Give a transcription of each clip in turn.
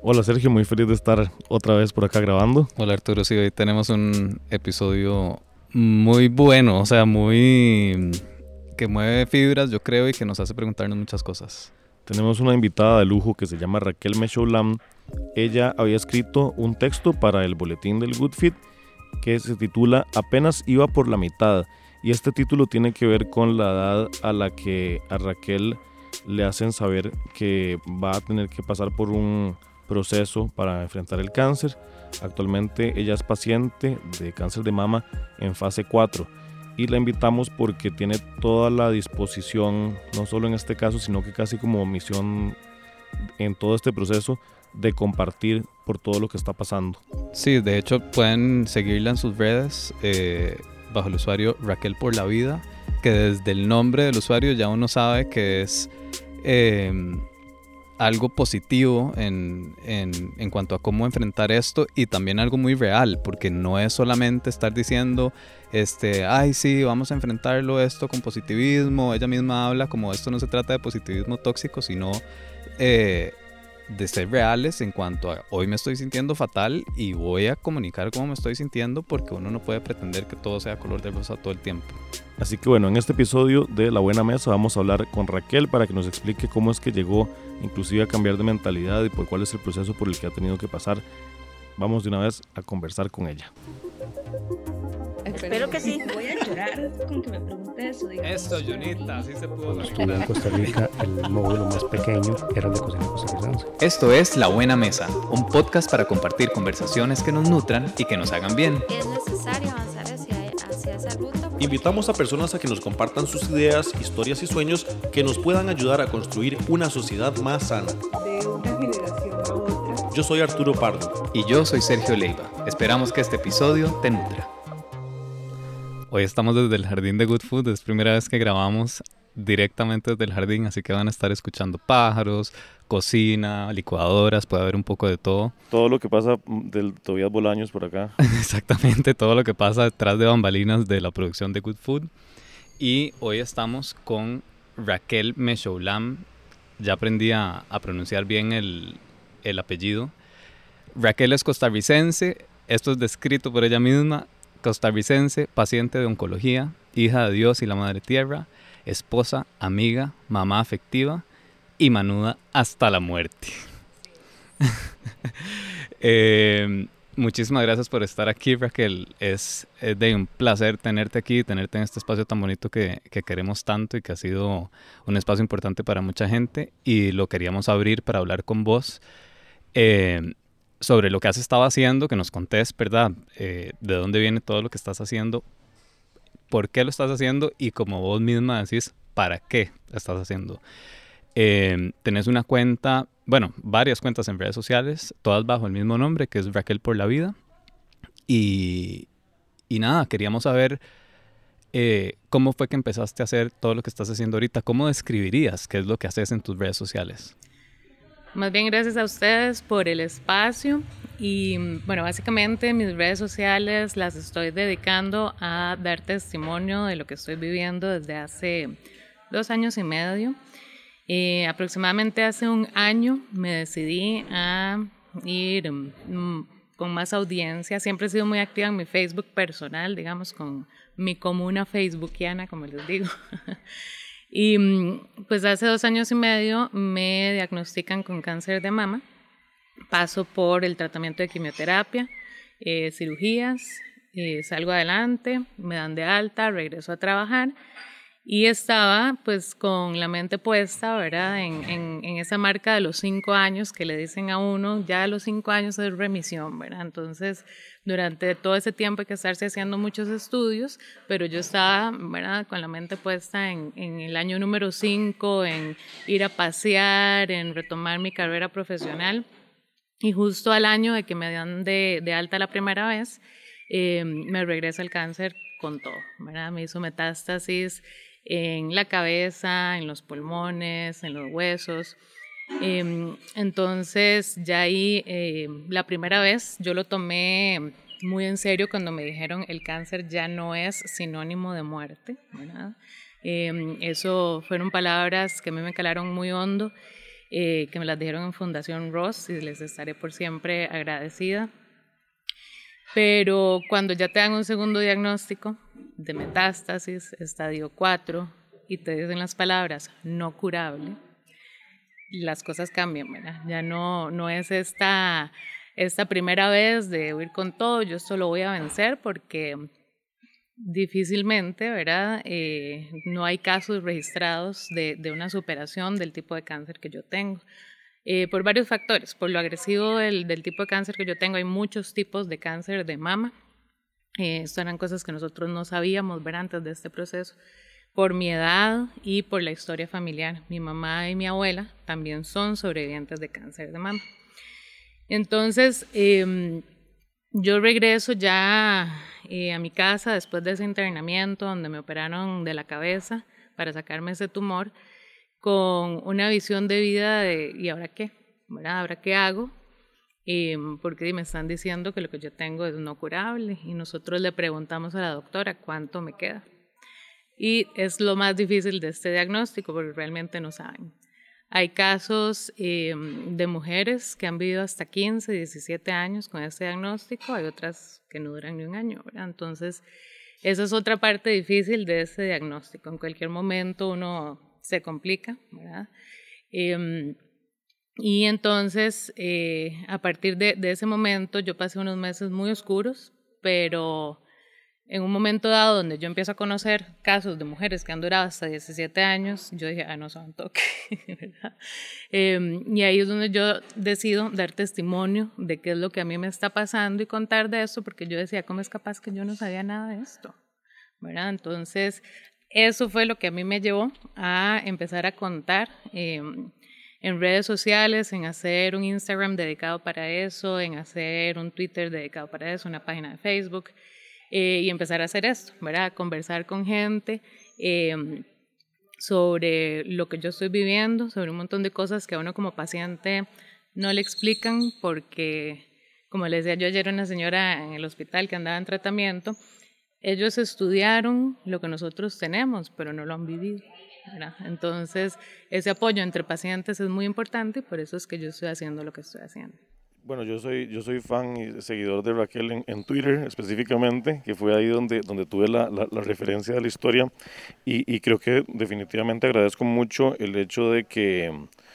Hola Sergio, muy feliz de estar otra vez por acá grabando. Hola Arturo, sí, hoy tenemos un episodio muy bueno, o sea, muy que mueve fibras, yo creo, y que nos hace preguntarnos muchas cosas. Tenemos una invitada de lujo que se llama Raquel Meshoulam. Ella había escrito un texto para el boletín del Good Fit que se titula Apenas iba por la mitad, y este título tiene que ver con la edad a la que a Raquel le hacen saber que va a tener que pasar por un proceso para enfrentar el cáncer. Actualmente ella es paciente de cáncer de mama en fase 4 y la invitamos porque tiene toda la disposición, no solo en este caso, sino que casi como misión en todo este proceso de compartir por todo lo que está pasando. Sí, de hecho pueden seguirla en sus redes bajo el usuario Raquel por la Vida, que desde el nombre del usuario ya uno sabe que es algo positivo en cuanto a cómo enfrentar esto, y también algo muy real, porque no es solamente estar diciendo ay sí, vamos a enfrentarlo esto con positivismo. Ella misma habla como esto no se trata de positivismo tóxico, sino de ser reales en cuanto a hoy me estoy sintiendo fatal y voy a comunicar cómo me estoy sintiendo, porque uno no puede pretender que todo sea color de rosa todo el tiempo. Así que bueno, en este episodio de La Buena Mesa vamos a hablar con Raquel para que nos explique cómo es que llegó inclusive a cambiar de mentalidad y por cuál es el proceso por el que ha tenido que pasar. Vamos de una vez a conversar con ella. Espero que sí. Voy a llorar con que me pregunte eso. Eso, Junita, así se pudo. Cuando estuve en Costa Rica, el módulo más pequeño era el de cocina costarricense. Esto es La Buena Mesa, un podcast para compartir conversaciones que nos nutran y que nos hagan bien. Es necesario avanzar hacia esa ruta. Invitamos a personas a que nos compartan sus ideas, historias y sueños que nos puedan ayudar a construir una sociedad más sana. De una generación a otra. Yo soy Arturo Pardo. Y yo soy Sergio Leiva. Esperamos que este episodio te nutra. Hoy estamos desde el jardín de Good Food, es primera vez que grabamos directamente desde el jardín, así que van a estar escuchando pájaros, cocina, licuadoras, puede haber un poco de todo. Todo lo que pasa del Tobías Bolaños por acá. Exactamente, todo lo que pasa detrás de bambalinas de la producción de Good Food. Y hoy estamos con Raquel Meshoulam. Ya aprendí a pronunciar bien el apellido. Raquel es costarricense, esto es descrito por ella misma. Costarricense, paciente de oncología, hija de Dios y la Madre Tierra, esposa, amiga, mamá afectiva y manuda hasta la muerte. Muchísimas gracias por estar aquí, Raquel. Es de un placer tenerte aquí, tenerte en este espacio tan bonito que queremos tanto y que ha sido un espacio importante para mucha gente, y lo queríamos abrir para hablar con vos sobre lo que has estado haciendo, que nos contés, ¿verdad? De dónde viene todo lo que estás haciendo, por qué lo estás haciendo y, como vos misma decís, para qué lo estás haciendo. Tenés una cuenta, bueno, varias cuentas en redes sociales, todas bajo el mismo nombre, que es Raquel por la Vida. Y nada, queríamos saber cómo fue que empezaste a hacer todo lo que estás haciendo ahorita. ¿Cómo describirías qué es lo que haces en tus redes sociales? Más bien, gracias a ustedes por el espacio. Y bueno, básicamente mis redes sociales las estoy dedicando a dar testimonio de lo que estoy viviendo desde hace 2 años y medio. Aproximadamente hace 1 año me decidí a ir con más audiencia. Siempre he sido muy activa en mi Facebook personal, digamos, con mi comuna facebookiana, como les digo. Y pues hace 2 años y medio me diagnostican con cáncer de mama. Paso por el tratamiento de quimioterapia, cirugías, salgo adelante, me dan de alta, regreso a trabajar. Y estaba pues con la mente puesta, ¿verdad? En esa marca de los 5 años que le dicen a uno, ya a los 5 años es remisión, ¿verdad? Entonces, durante todo ese tiempo hay que estarse haciendo muchos estudios, pero yo estaba, ¿verdad?, con la mente puesta en el año número 5, en ir a pasear, en retomar mi carrera profesional. Y justo al año de que me dan de alta la primera vez, me regresa el cáncer con todo, ¿verdad? Me hizo metástasis en la cabeza, en los pulmones, en los huesos. Entonces ya ahí la primera vez yo lo tomé muy en serio cuando me dijeron el cáncer ya no es sinónimo de muerte, ¿verdad? Eso fueron palabras que a mí me calaron muy hondo. que me las dijeron en Fundación Ross y les estaré por siempre agradecida. Pero cuando ya te dan un segundo diagnóstico de metástasis, estadio 4, y te dicen las palabras no curable, las cosas cambian, ¿verdad? Ya no es esta primera vez de huir con todo, yo esto lo voy a vencer, porque difícilmente, ¿verdad? No hay casos registrados de una superación del tipo de cáncer que yo tengo. Por varios factores, por lo agresivo del tipo de cáncer que yo tengo. Hay muchos tipos de cáncer de mama. Estas eran cosas que nosotros no sabíamos ver antes de este proceso. Por mi edad y por la historia familiar. Mi mamá y mi abuela también son sobrevivientes de cáncer de mama. Entonces, yo regreso ya a mi casa después de ese internamiento donde me operaron de la cabeza para sacarme ese tumor, con una visión de vida de ¿y ahora qué? ¿Verdad? ¿Ahora qué hago? Porque me están diciendo que lo que yo tengo es no curable, y nosotros le preguntamos a la doctora cuánto me queda. Y es lo más difícil de este diagnóstico, porque realmente no saben. Hay casos de mujeres que han vivido hasta 15, 17 años con este diagnóstico, hay otras que no duran ni un año, ¿verdad? Entonces, esa es otra parte difícil de este diagnóstico. En cualquier momento uno se complica, ¿verdad? Y entonces, a partir de ese momento, yo pasé unos meses muy oscuros, pero en un momento dado donde yo empiezo a conocer casos de mujeres que han durado hasta 17 años, yo dije, no son toque, ¿verdad? Y ahí es donde yo decido dar testimonio de qué es lo que a mí me está pasando y contar de esto, porque yo decía, ¿cómo es capaz que yo no sabía nada de esto? ¿Verdad? Entonces, eso fue lo que a mí me llevó a empezar a contar en redes sociales, en hacer un Instagram dedicado para eso, en hacer un Twitter dedicado para eso, una página de Facebook, y empezar a hacer esto, ¿verdad? A conversar con gente sobre lo que yo estoy viviendo, sobre un montón de cosas que a uno como paciente no le explican, porque, como le decía yo ayer a una señora en el hospital que andaba en tratamiento, ellos estudiaron lo que nosotros tenemos, pero no lo han vivido, ¿verdad? Entonces, ese apoyo entre pacientes es muy importante, y por eso es que yo estoy haciendo lo que estoy haciendo. Bueno, yo soy fan y seguidor de Raquel en Twitter específicamente, que fue ahí donde tuve la referencia de la historia, y creo que definitivamente agradezco mucho el hecho de que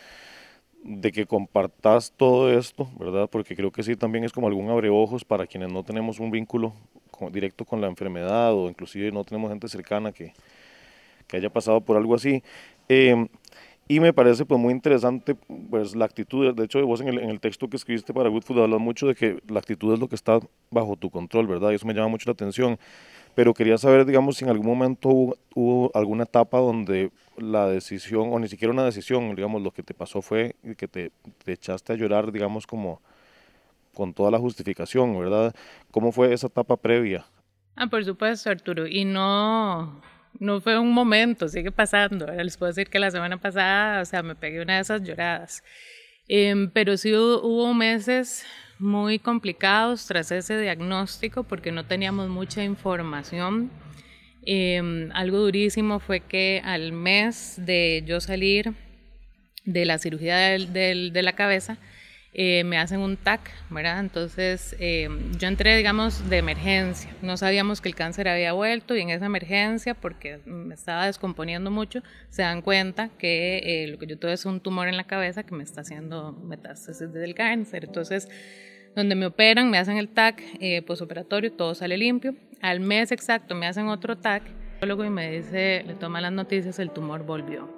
compartas todo esto, ¿verdad? Porque creo que sí, también es como algún abreojos para quienes no tenemos un vínculo directo con la enfermedad, o inclusive no tenemos gente cercana que haya pasado por algo así. Y me parece pues muy interesante pues la actitud. De hecho, vos en el texto que escribiste para Good Food hablas mucho de que la actitud es lo que está bajo tu control, ¿verdad? Y eso me llama mucho la atención. Pero quería saber, digamos, si en algún momento hubo alguna etapa donde la decisión, o ni siquiera una decisión, digamos, lo que te pasó fue que te echaste a llorar, digamos, como con toda la justificación, ¿verdad? ¿Cómo fue esa etapa previa? Por supuesto, Arturo, y no fue un momento, sigue pasando. Les puedo decir que la semana pasada, me pegué una de esas lloradas. Pero sí hubo meses muy complicados tras ese diagnóstico, porque no teníamos mucha información. Algo durísimo fue que al mes de yo salir de la cirugía de la cabeza, me hacen un TAC, ¿verdad? Entonces yo entré, digamos, de emergencia. No sabíamos que el cáncer había vuelto, y en esa emergencia, porque me estaba descomponiendo mucho, se dan cuenta que lo que yo tuve es un tumor en la cabeza que me está haciendo metástasis del cáncer. Entonces, donde me operan, me hacen el TAC posoperatorio, todo sale limpio. Al mes exacto me hacen otro TAC, y me dice, le toma las noticias, el tumor volvió.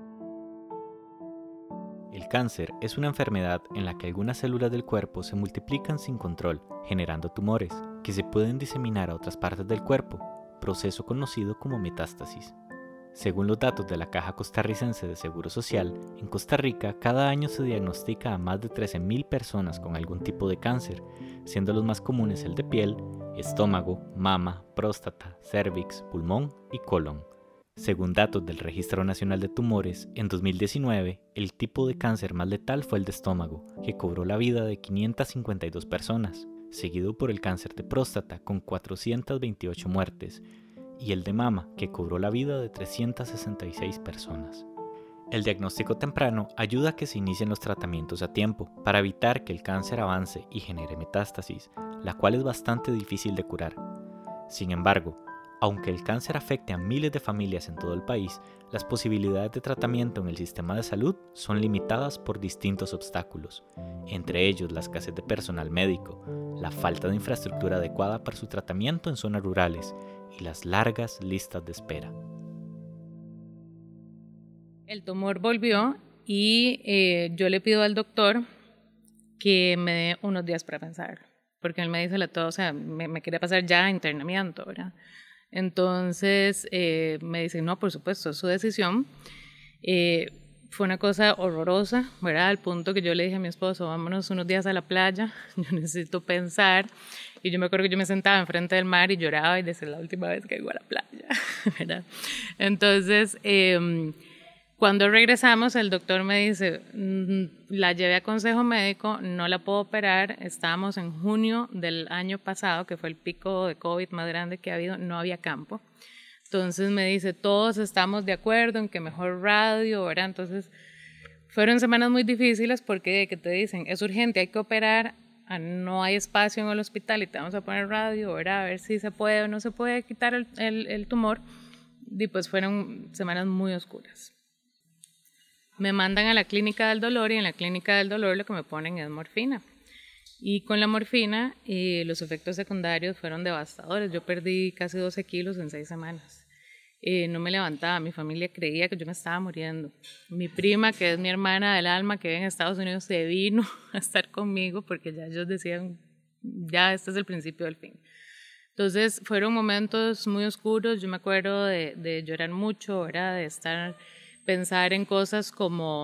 El cáncer es una enfermedad en la que algunas células del cuerpo se multiplican sin control, generando tumores, que se pueden diseminar a otras partes del cuerpo, proceso conocido como metástasis. Según los datos de la Caja Costarricense de Seguro Social, en Costa Rica cada año se diagnostica a más de 13,000 personas con algún tipo de cáncer, siendo los más comunes el de piel, estómago, mama, próstata, cérvix, pulmón y colon. Según datos del Registro Nacional de Tumores, en 2019, el tipo de cáncer más letal fue el de estómago, que cobró la vida de 552 personas, seguido por el cáncer de próstata, con 428 muertes, y el de mama, que cobró la vida de 366 personas. El diagnóstico temprano ayuda a que se inicien los tratamientos a tiempo para evitar que el cáncer avance y genere metástasis, la cual es bastante difícil de curar. Sin embargo, aunque el cáncer afecte a miles de familias en todo el país, las posibilidades de tratamiento en el sistema de salud son limitadas por distintos obstáculos, entre ellos la escasez de personal médico, la falta de infraestructura adecuada para su tratamiento en zonas rurales y las largas listas de espera. El tumor volvió y yo le pido al doctor que me dé unos días para pensar, porque él me dice todo, o sea, me quería pasar ya a internamiento, ¿verdad? Entonces me dice, no, por supuesto, es su decisión. Fue una cosa horrorosa, ¿verdad? Al punto que yo le dije a mi esposo, vámonos unos días a la playa, yo necesito pensar. Y yo me acuerdo que yo me sentaba enfrente del mar y lloraba y decía, la última vez que iba a la playa, ¿verdad? Entonces, cuando regresamos, el doctor me dice, la llevé a consejo médico, no la puedo operar, estábamos en junio del año pasado, que fue el pico de COVID más grande que ha habido, no había campo. Entonces me dice, todos estamos de acuerdo en que mejor radio, ¿verdad? Entonces fueron semanas muy difíciles porque que te dicen, es urgente, hay que operar, no hay espacio en el hospital y te vamos a poner radio, ¿verdad? A ver si se puede o no se puede quitar el tumor. Y pues fueron semanas muy oscuras. Me mandan a la clínica del dolor y en la clínica del dolor lo que me ponen es morfina. Y con la morfina los efectos secundarios fueron devastadores. Yo perdí casi 12 kilos en 6 semanas. No me levantaba, mi familia creía que yo me estaba muriendo. Mi prima, que es mi hermana del alma, que vive en Estados Unidos, se vino a estar conmigo porque ya ellos decían, ya este es el principio del fin. Entonces fueron momentos muy oscuros. Yo me acuerdo de llorar mucho, ¿verdad? De pensar en cosas como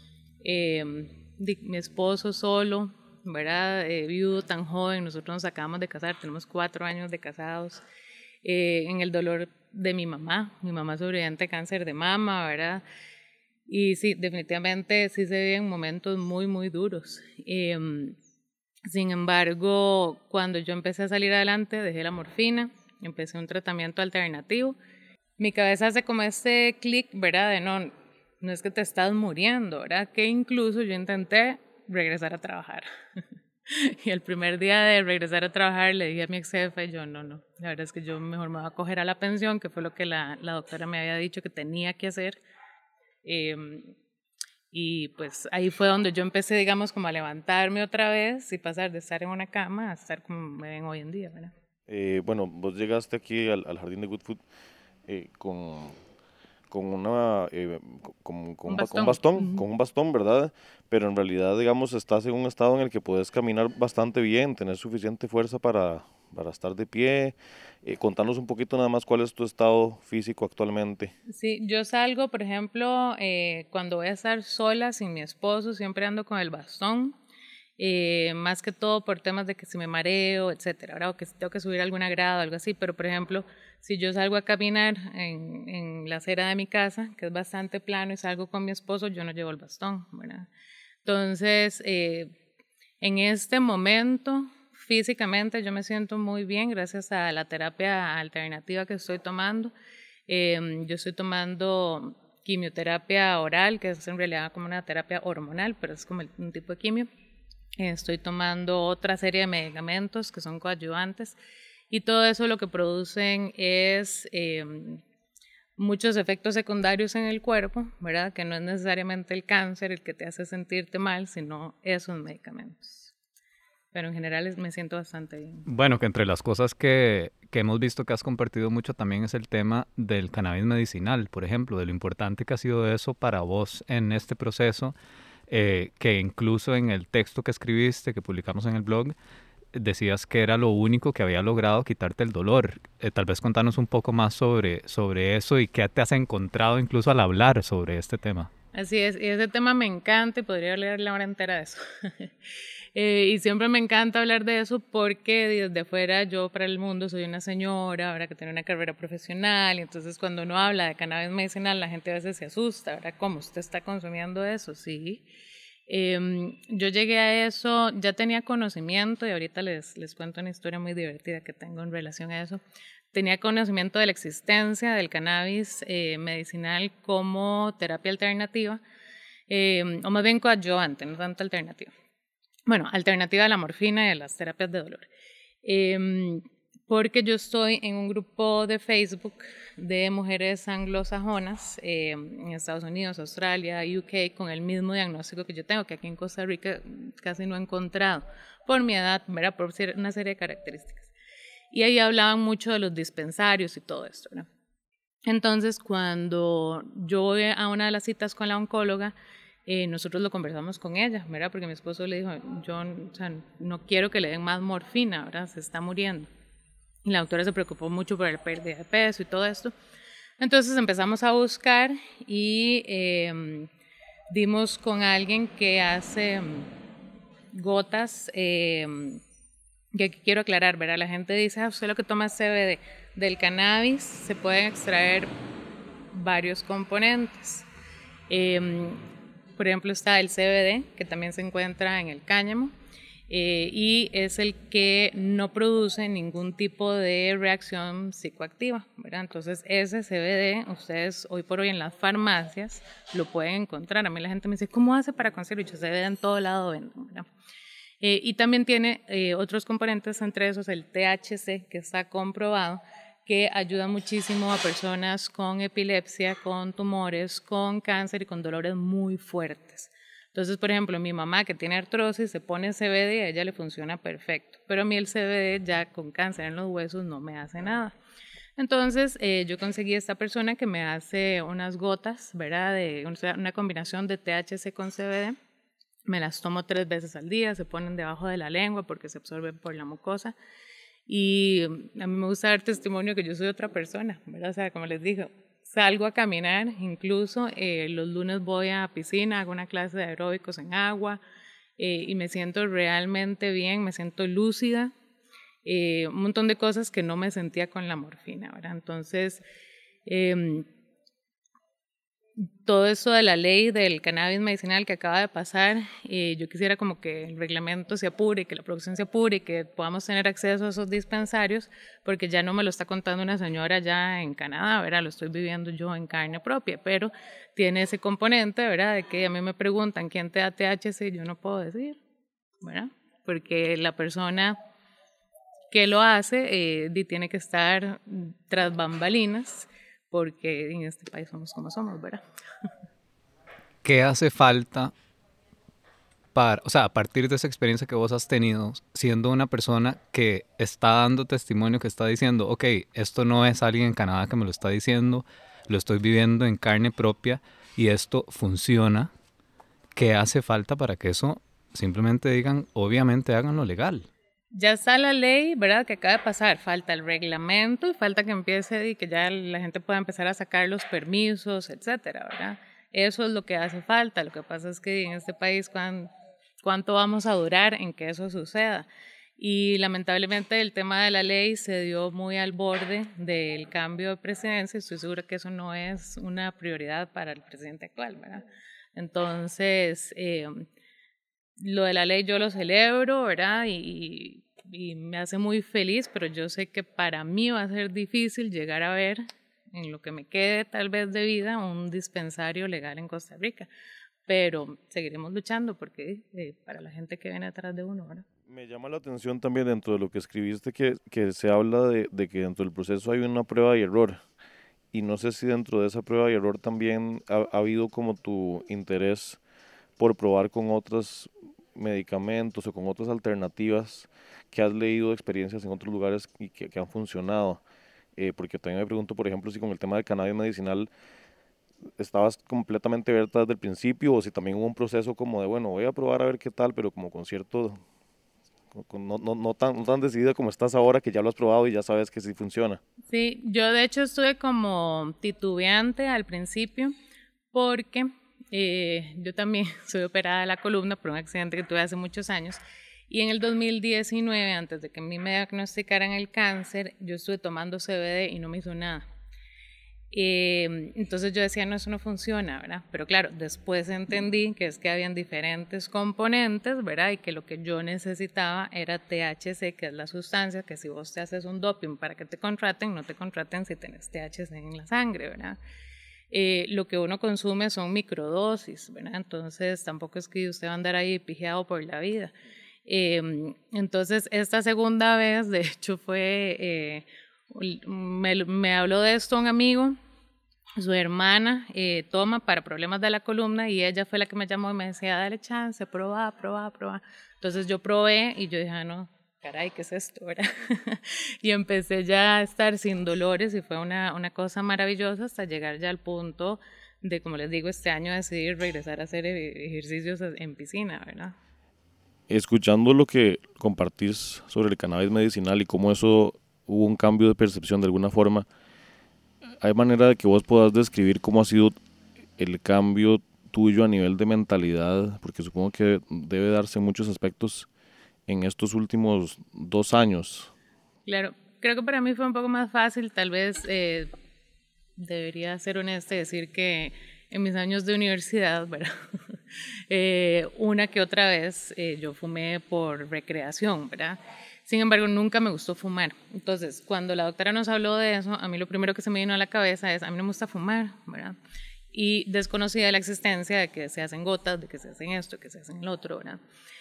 mi esposo solo, ¿verdad? Viudo, tan joven, nosotros nos acabamos de casar, tenemos 4 años de casados, en el dolor de mi mamá sobreviviente de cáncer de mama, ¿verdad? Y sí, definitivamente sí se viven momentos muy, muy duros. Sin embargo, cuando yo empecé a salir adelante, dejé la morfina, empecé un tratamiento alternativo. Mi cabeza hace como este clic, ¿verdad? De no es que te estás muriendo, ¿verdad? Que incluso yo intenté regresar a trabajar. Y el primer día de regresar a trabajar le dije a mi ex jefe, yo no, la verdad es que yo mejor me voy a coger a la pensión, que fue lo que la doctora me había dicho que tenía que hacer. Y pues ahí fue donde yo empecé, digamos, como a levantarme otra vez y pasar de estar en una cama a estar como me ven hoy en día, ¿verdad? Bueno, vos llegaste aquí al jardín de Good Food con un bastón, ¿verdad? Pero en realidad, digamos, estás en un estado en el que puedes caminar bastante bien, tener suficiente fuerza para estar de pie. Contanos un poquito nada más cuál es tu estado físico actualmente. Sí, yo salgo, por ejemplo, cuando voy a estar sola, sin mi esposo, siempre ando con el bastón. Más que todo por temas de que si me mareo, etcétera, ¿verdad? O que si tengo que subir alguna grada o algo así, pero por ejemplo, si yo salgo a caminar en la acera de mi casa, que es bastante plano, y salgo con mi esposo, yo no llevo el bastón, ¿verdad? Entonces, en este momento, físicamente yo me siento muy bien gracias a la terapia alternativa que estoy tomando. Yo estoy tomando quimioterapia oral, que es en realidad como una terapia hormonal, pero es como un tipo de quimio. Estoy tomando otra serie de medicamentos que son coadyuvantes y todo eso lo que producen es muchos efectos secundarios en el cuerpo, ¿verdad? Que no es necesariamente el cáncer el que te hace sentirte mal, sino esos medicamentos. Pero en general me siento bastante bien. Bueno, que entre las cosas que hemos visto que has compartido mucho también es el tema del cannabis medicinal, por ejemplo, de lo importante que ha sido eso para vos en este proceso. Que incluso en el texto que escribiste, que publicamos en el blog, decías que era lo único que había logrado quitarte el dolor. Tal vez contanos un poco más sobre eso y qué te has encontrado incluso al hablar sobre este tema. Así es, y ese tema me encanta y podría leer la hora entera de eso. Y siempre me encanta hablar de eso porque desde afuera yo para el mundo soy una señora, ahora que tiene una carrera profesional, y entonces cuando uno habla de cannabis medicinal la gente a veces se asusta, ¿verdad? ¿Cómo usted está consumiendo eso? Sí. Yo llegué a eso, ya tenía conocimiento y ahorita les cuento una historia muy divertida que tengo en relación a eso. tenía conocimiento de la existencia del cannabis medicinal como terapia alternativa, o más bien coadyuvante, no tanto alternativa. Bueno, alternativa a la morfina y a las terapias de dolor. Porque yo estoy en un grupo de Facebook de mujeres anglosajonas en Estados Unidos, Australia, UK, con el mismo diagnóstico que yo tengo, que aquí en Costa Rica casi no he encontrado, por mi edad, ¿verdad? Por una serie de características. Y ahí hablaban mucho de los dispensarios y todo esto, ¿no? Entonces, cuando yo voy a una de las citas con la oncóloga, nosotros lo conversamos con ella, ¿verdad? Porque mi esposo le dijo, yo no quiero que le den más morfina, ¿verdad? Se está muriendo. Y la doctora se preocupó mucho por la pérdida de peso y todo esto. Entonces empezamos a buscar y dimos con alguien que hace gotas, que aquí quiero aclarar, ¿verdad? La gente dice, usted lo que toma es CBD. Del cannabis se pueden extraer varios componentes. Por ejemplo, está el CBD, que también se encuentra en el cáñamo, y es el que no produce ningún tipo de reacción psicoactiva, ¿verdad? Entonces, ese CBD, ustedes hoy por hoy en las farmacias lo pueden encontrar. A mí la gente me dice, ¿cómo hace para conseguirlo? Yo CBD en todo lado venden, ¿verdad? Y también tiene otros componentes, entre esos el THC, que está comprobado, que ayuda muchísimo a personas con epilepsia, con tumores, con cáncer y con dolores muy fuertes. Entonces, por ejemplo, mi mamá que tiene artrosis se pone CBD y a ella le funciona perfecto, pero a mí el CBD ya con cáncer en los huesos no me hace nada. Entonces, yo conseguí a esta persona que me hace unas gotas, ¿verdad? Una combinación de THC con CBD. Me las tomo 3 veces al día, se ponen debajo de la lengua porque se absorben por la mucosa. Y a mí me gusta dar testimonio que yo soy otra persona, ¿verdad? O sea, como les digo, salgo a caminar, incluso los lunes voy a piscina, hago una clase de aeróbicos en agua y me siento realmente bien, me siento lúcida, un montón de cosas que no me sentía con la morfina, ¿verdad? Entonces, todo eso de la ley del cannabis medicinal que acaba de pasar, yo quisiera como que el reglamento se apure, que la producción se apure y que podamos tener acceso a esos dispensarios, porque ya no me lo está contando una señora ya en Canadá, ¿verdad? Lo estoy viviendo yo en carne propia, pero tiene ese componente, ¿verdad? De que a mí me preguntan quién te da THC y yo no puedo decir, ¿verdad? Porque la persona que lo hace tiene que estar tras bambalinas, porque en este país somos como somos, ¿verdad? ¿Qué hace falta o sea, a partir de esa experiencia que vos has tenido, siendo una persona que está dando testimonio, que está diciendo, ok, esto no es alguien en Canadá que me lo está diciendo, lo estoy viviendo en carne propia y esto funciona, ¿qué hace falta para que eso simplemente digan, obviamente háganlo legal? Ya está la ley, ¿verdad?, que acaba de pasar. Falta el reglamento y falta que empiece y que ya la gente pueda empezar a sacar los permisos, etcétera, ¿verdad? Eso es lo que hace falta. Lo que pasa es que en este país, ¿cuánto vamos a durar en que eso suceda? Y lamentablemente el tema de la ley se dio muy al borde del cambio de presidencia. Estoy segura que eso no es una prioridad para el presidente actual, ¿verdad? Entonces, lo de la ley yo lo celebro, ¿verdad? Y me hace muy feliz, pero yo sé que para mí va a ser difícil llegar a ver, en lo que me quede tal vez de vida, un dispensario legal en Costa Rica. Pero seguiremos luchando porque para la gente que viene atrás de uno, ¿verdad? Me llama la atención también dentro de lo que escribiste que se habla de que dentro del proceso hay una prueba y error. Y no sé si dentro de esa prueba y error también ha habido como tu interés por probar con otros medicamentos o con otras alternativas que has leído experiencias en otros lugares y que han funcionado. Porque también me pregunto, por ejemplo, si con el tema del cannabis medicinal estabas completamente abierta desde el principio o si también hubo un proceso como de, bueno, voy a probar a ver qué tal, pero como con cierto, no tan decidida como estás ahora, que ya lo has probado y ya sabes que sí funciona. Sí, yo de hecho estuve como titubeante al principio porque yo también soy operada de la columna por un accidente que tuve hace muchos años. Y en el 2019, antes de que a mí me diagnosticaran el cáncer, yo estuve tomando CBD y no me hizo nada. Entonces yo decía, no, eso no funciona, ¿verdad? Pero claro, después entendí que es que habían diferentes componentes, ¿verdad? Y que lo que yo necesitaba era THC, que es la sustancia que si vos te haces un doping para que te contraten, no te contraten si tenés THC en la sangre, ¿verdad? Lo que uno consume son microdosis, ¿verdad? Entonces tampoco es que usted va a andar ahí pijeado por la vida. Entonces esta segunda vez, de hecho fue, me habló de esto un amigo, su hermana toma para problemas de la columna y ella fue la que me llamó y me decía, dale chance, probá. Entonces yo probé y yo dije, no, caray, ¿qué es esto, verdad? Y empecé ya a estar sin dolores y fue una cosa maravillosa hasta llegar ya al punto de, como les digo, este año decidir regresar a hacer ejercicios en piscina, ¿verdad? Escuchando lo que compartís sobre el cannabis medicinal y cómo eso hubo un cambio de percepción de alguna forma, ¿hay manera de que vos puedas describir cómo ha sido el cambio tuyo a nivel de mentalidad? Porque supongo que debe darse en muchos aspectos en estos últimos 2 años. Claro, creo que para mí fue un poco más fácil, tal vez debería ser honesta y decir que en mis años de universidad, ¿verdad? Una que otra vez yo fumé por recreación, ¿verdad? Sin embargo, nunca me gustó fumar. Entonces, cuando la doctora nos habló de eso, a mí lo primero que se me vino a la cabeza es, a mí no me gusta fumar, ¿verdad? Y desconocía la existencia de que se hacen gotas, de que se hacen esto, que se hacen el otro, ¿verdad?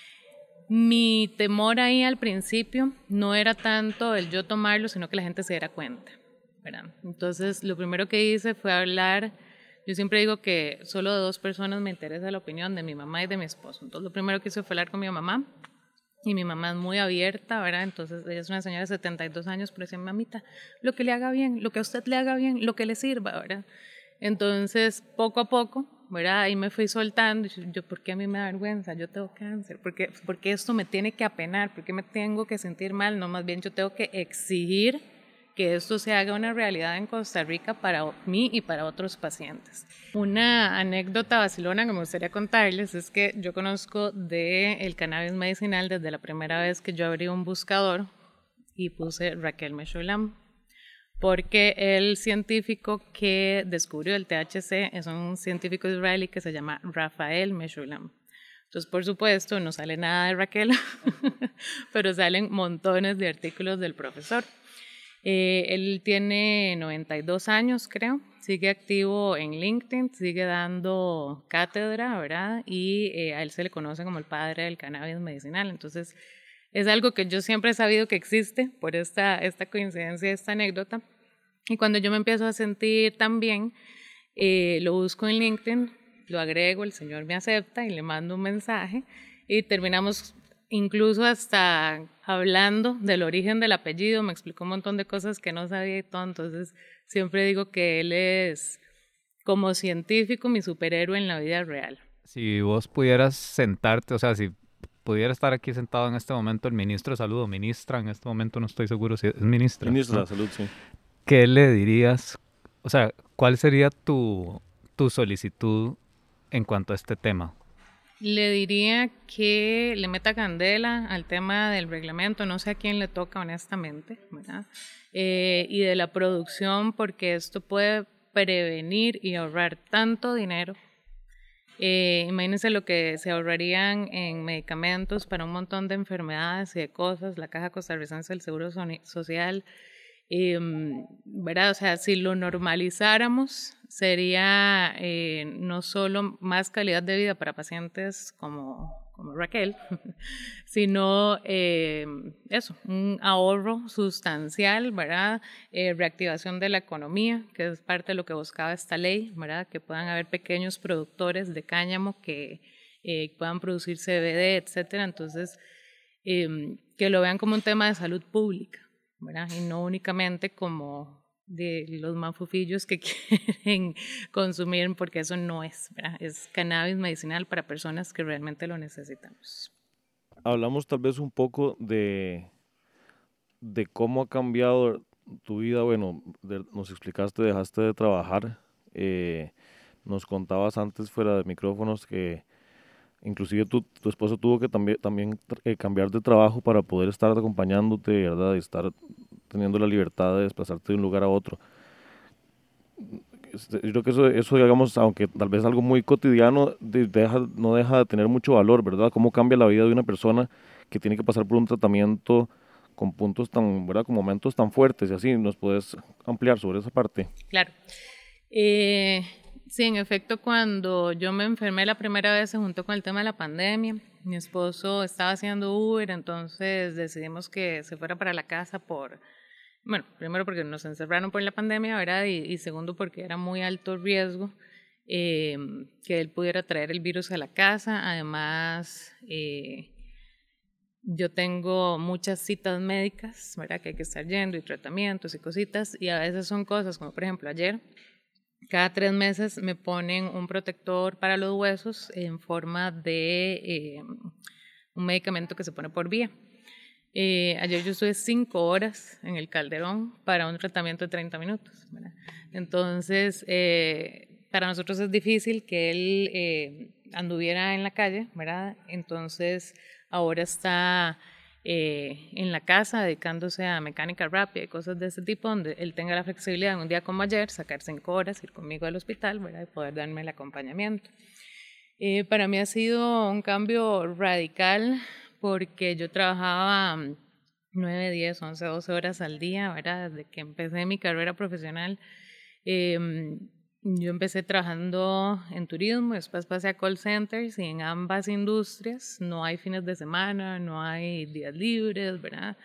Mi temor ahí al principio no era tanto el yo tomarlo, sino que la gente se diera cuenta, ¿verdad? Entonces, lo primero que hice fue hablar. Yo siempre digo que solo de 2 personas me interesa la opinión, de mi mamá y de mi esposo. Entonces, lo primero que hice fue hablar con mi mamá. Y mi mamá es muy abierta, ¿verdad? Entonces, ella es una señora de 72 años, pero dice, mamita, lo que le haga bien, lo que a usted le haga bien, lo que le sirva, ¿verdad? Entonces, poco a poco, ¿verdad? Ahí me fui soltando. Y yo, ¿por qué a mí me da vergüenza? Yo tengo cáncer. ¿Por qué esto me tiene que apenar? ¿Por qué me tengo que sentir mal? No, más bien yo tengo que exigir que esto se haga una realidad en Costa Rica para mí y para otros pacientes. Una anécdota vacilona que me gustaría contarles es que yo conozco del cannabis medicinal desde la primera vez que yo abrí un buscador y puse Raquel Meshulam, porque el científico que descubrió el THC es un científico israelí que se llama Rafael Meshulam. Entonces, por supuesto, no sale nada de Raquel, pero salen montones de artículos del profesor. Él tiene 92 años, creo, sigue activo en LinkedIn, sigue dando cátedra, ¿verdad? Y a él se le conoce como el padre del cannabis medicinal. Entonces, es algo que yo siempre he sabido que existe por esta coincidencia, esta anécdota. Y cuando yo me empiezo a sentir tan bien, lo busco en LinkedIn, lo agrego, el señor me acepta y le mando un mensaje y terminamos incluso hasta hablando del origen del apellido, me explicó un montón de cosas que no sabía y todo, entonces siempre digo que él es como científico mi superhéroe en la vida real. Si vos pudieras sentarte, o sea, si pudiera estar aquí sentado en este momento el ministro de Salud o ministra, en este momento no estoy seguro si es ministra. Ministra ¿no? de Salud, sí. ¿Qué le dirías? O sea, ¿cuál sería tu solicitud en cuanto a este tema? Le diría que le meta candela al tema del reglamento, no sé a quién le toca honestamente, ¿verdad? Y de la producción, porque esto puede prevenir y ahorrar tanto dinero. Imagínense lo que se ahorrarían en medicamentos para un montón de enfermedades y de cosas, la Caja Costarricense del Seguro Social, ¿verdad? O sea, si lo normalizáramos, sería no solo más calidad de vida para pacientes como Raquel, sino eso, un ahorro sustancial, ¿verdad? Reactivación de la economía, que es parte de lo que buscaba esta ley, ¿verdad? Que puedan haber pequeños productores de cáñamo que puedan producir CBD, etcétera. Entonces, que lo vean como un tema de salud pública, ¿verdad? Y no únicamente como de los manfufillos que quieren consumir, porque eso no es, ¿verdad? Es cannabis medicinal para personas que realmente lo necesitamos. Hablamos tal vez un poco de cómo ha cambiado tu vida. Bueno, nos explicaste, dejaste de trabajar, nos contabas antes fuera de micrófonos que inclusive tu esposo tuvo que también cambiar de trabajo para poder estar acompañándote, ¿verdad? Y estar teniendo la libertad de desplazarte de un lugar a otro. yo creo que eso, digamos, aunque tal vez algo muy cotidiano, no deja de tener mucho valor, ¿verdad? Cómo cambia la vida de una persona que tiene que pasar por un tratamiento con puntos tan, ¿verdad? Con momentos tan fuertes y así. ¿Nos puedes ampliar sobre esa parte? Claro. Sí, en efecto, cuando yo me enfermé la primera vez se juntó con el tema de la pandemia. Mi esposo estaba haciendo Uber, entonces decidimos que se fuera para la casa bueno, primero porque nos encerraron por la pandemia, ¿verdad? Y segundo porque era muy alto riesgo que él pudiera traer el virus a la casa. Además, yo tengo muchas citas médicas, ¿verdad? Que hay que estar yendo y tratamientos y cositas, y a veces son cosas como, por ejemplo, ayer, cada 3 meses me ponen un protector para los huesos en forma de un medicamento que se pone por vía. Ayer yo estuve 5 horas en el Calderón para un tratamiento de 30 minutos, ¿verdad? Entonces, para nosotros es difícil que él anduviera en la calle, ¿verdad? Entonces, ahora está en la casa dedicándose a mecánica rápida y cosas de ese tipo, donde él tenga la flexibilidad en un día como ayer, sacar 5 horas, ir conmigo al hospital, ¿verdad? Y poder darme el acompañamiento. Para mí ha sido un cambio radical porque yo trabajaba 9, 10, 11, 12 horas al día, ¿verdad? Desde que empecé mi carrera profesional. Yo empecé trabajando en turismo, después pasé a call centers y en ambas industrias no hay fines de semana, no hay días libres, ¿verdad?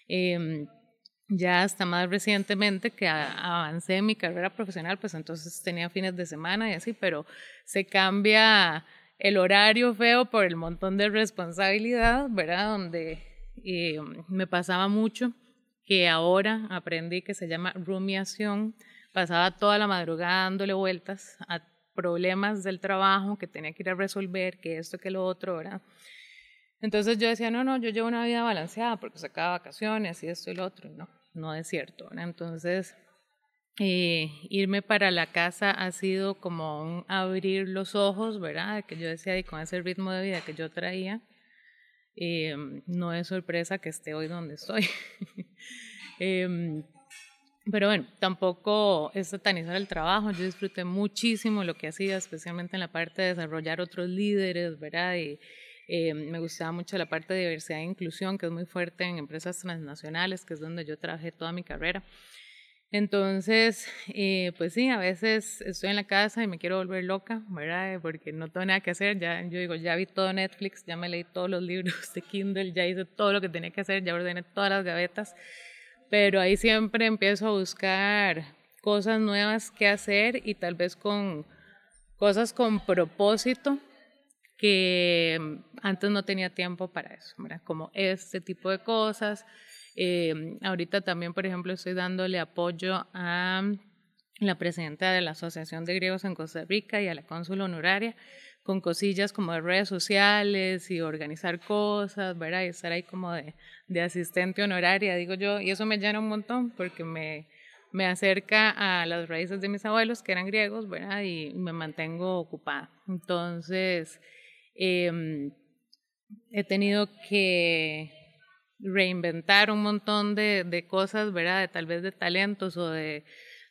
Ya hasta más recientemente que avancé en mi carrera profesional, pues entonces tenía fines de semana y así, pero se cambia el horario feo por el montón de responsabilidad, ¿verdad? Donde me pasaba mucho, que ahora aprendí que se llama rumiación. Pasaba toda la madrugada dándole vueltas a problemas del trabajo que tenía que ir a resolver, que esto, que lo otro, ¿verdad? Entonces yo decía, no, yo llevo una vida balanceada porque sacaba vacaciones y esto y lo otro. No es cierto, ¿verdad? Entonces, irme para la casa ha sido como un abrir los ojos, ¿verdad? Que yo decía, y con ese ritmo de vida que yo traía, no es sorpresa que esté hoy donde estoy. Pero bueno, tampoco es satanizar el trabajo. Yo disfruté muchísimo lo que hacía, especialmente en la parte de desarrollar otros líderes, ¿verdad? Y me gustaba mucho la parte de diversidad e inclusión, que es muy fuerte en empresas transnacionales, que es donde yo trabajé toda mi carrera. Entonces, pues sí, a veces estoy en la casa y me quiero volver loca, ¿verdad? Porque no tengo nada que hacer. Yo digo, ya vi todo Netflix, ya me leí todos los libros de Kindle, ya hice todo lo que tenía que hacer, ya ordené todas las gavetas. Pero ahí siempre empiezo a buscar cosas nuevas que hacer y tal vez con cosas con propósito que antes no tenía tiempo para eso, ¿verdad? Como este tipo de cosas. Ahorita también, por ejemplo, estoy dándole apoyo a la presidenta de la Asociación de Griegos en Costa Rica y a la cónsula honoraria con cosillas como de redes sociales y organizar cosas, ¿verdad? Y estar ahí como de asistente honoraria, digo yo, y eso me llena un montón porque me acerca a las raíces de mis abuelos, que eran griegos, ¿verdad? Y me mantengo ocupada. Entonces, he tenido que reinventar un montón de cosas, ¿verdad? Tal vez de talentos o de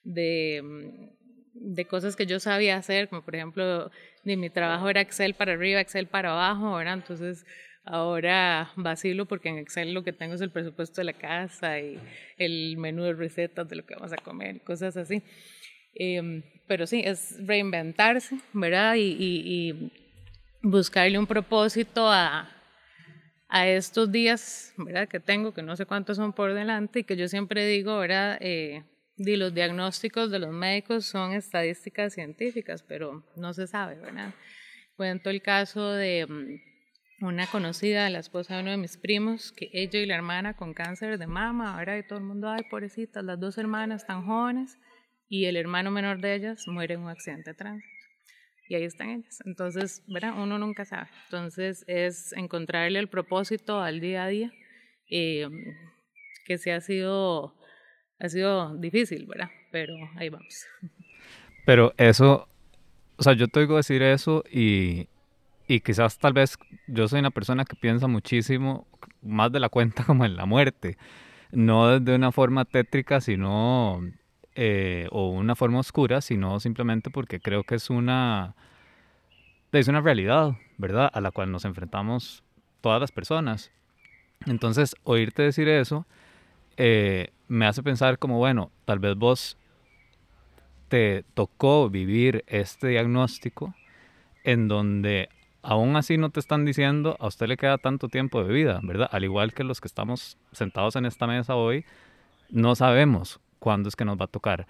cosas que yo sabía hacer, como por ejemplo, mi trabajo era Excel para arriba, Excel para abajo, ¿verdad? Entonces ahora vacilo porque en Excel lo que tengo es el presupuesto de la casa y el menú de recetas de lo que vamos a comer, cosas así. Pero sí, es reinventarse, ¿verdad? Y buscarle un propósito a estos días, ¿verdad? Que tengo, que no sé cuántos son por delante y que yo siempre digo, ¿verdad? Los diagnósticos de los médicos son estadísticas científicas, pero no se sabe, ¿verdad? Cuento el caso de una conocida, la esposa de uno de mis primos, que ella y la hermana con cáncer de mama, ¿verdad? Y todo el mundo, ay, pobrecitas, las 2 hermanas tan jóvenes, y el hermano menor de ellas muere en un accidente de tránsito. Y ahí están ellas. Entonces, ¿verdad? Uno nunca sabe. Entonces, es encontrarle el propósito al día a día, que sí ha sido difícil, ¿verdad? Pero ahí vamos. Pero eso, o sea, yo te oigo decir eso y quizás tal vez yo soy una persona que piensa muchísimo, más de la cuenta, como en la muerte. No de una forma tétrica, sino o una forma oscura, sino simplemente porque creo que es una realidad, ¿verdad? A la cual nos enfrentamos todas las personas. Entonces, oírte decir eso me hace pensar como, bueno, tal vez vos te tocó vivir este diagnóstico en donde aún así no te están diciendo a usted le queda tanto tiempo de vida, ¿verdad? Al igual que los que estamos sentados en esta mesa hoy, no sabemos cuándo es que nos va a tocar.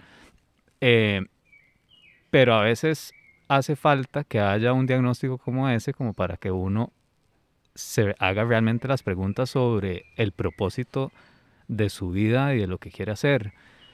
Pero a veces hace falta que haya un diagnóstico como ese, como para que uno se haga realmente las preguntas sobre el propósito de su vida y de lo que quiere hacer.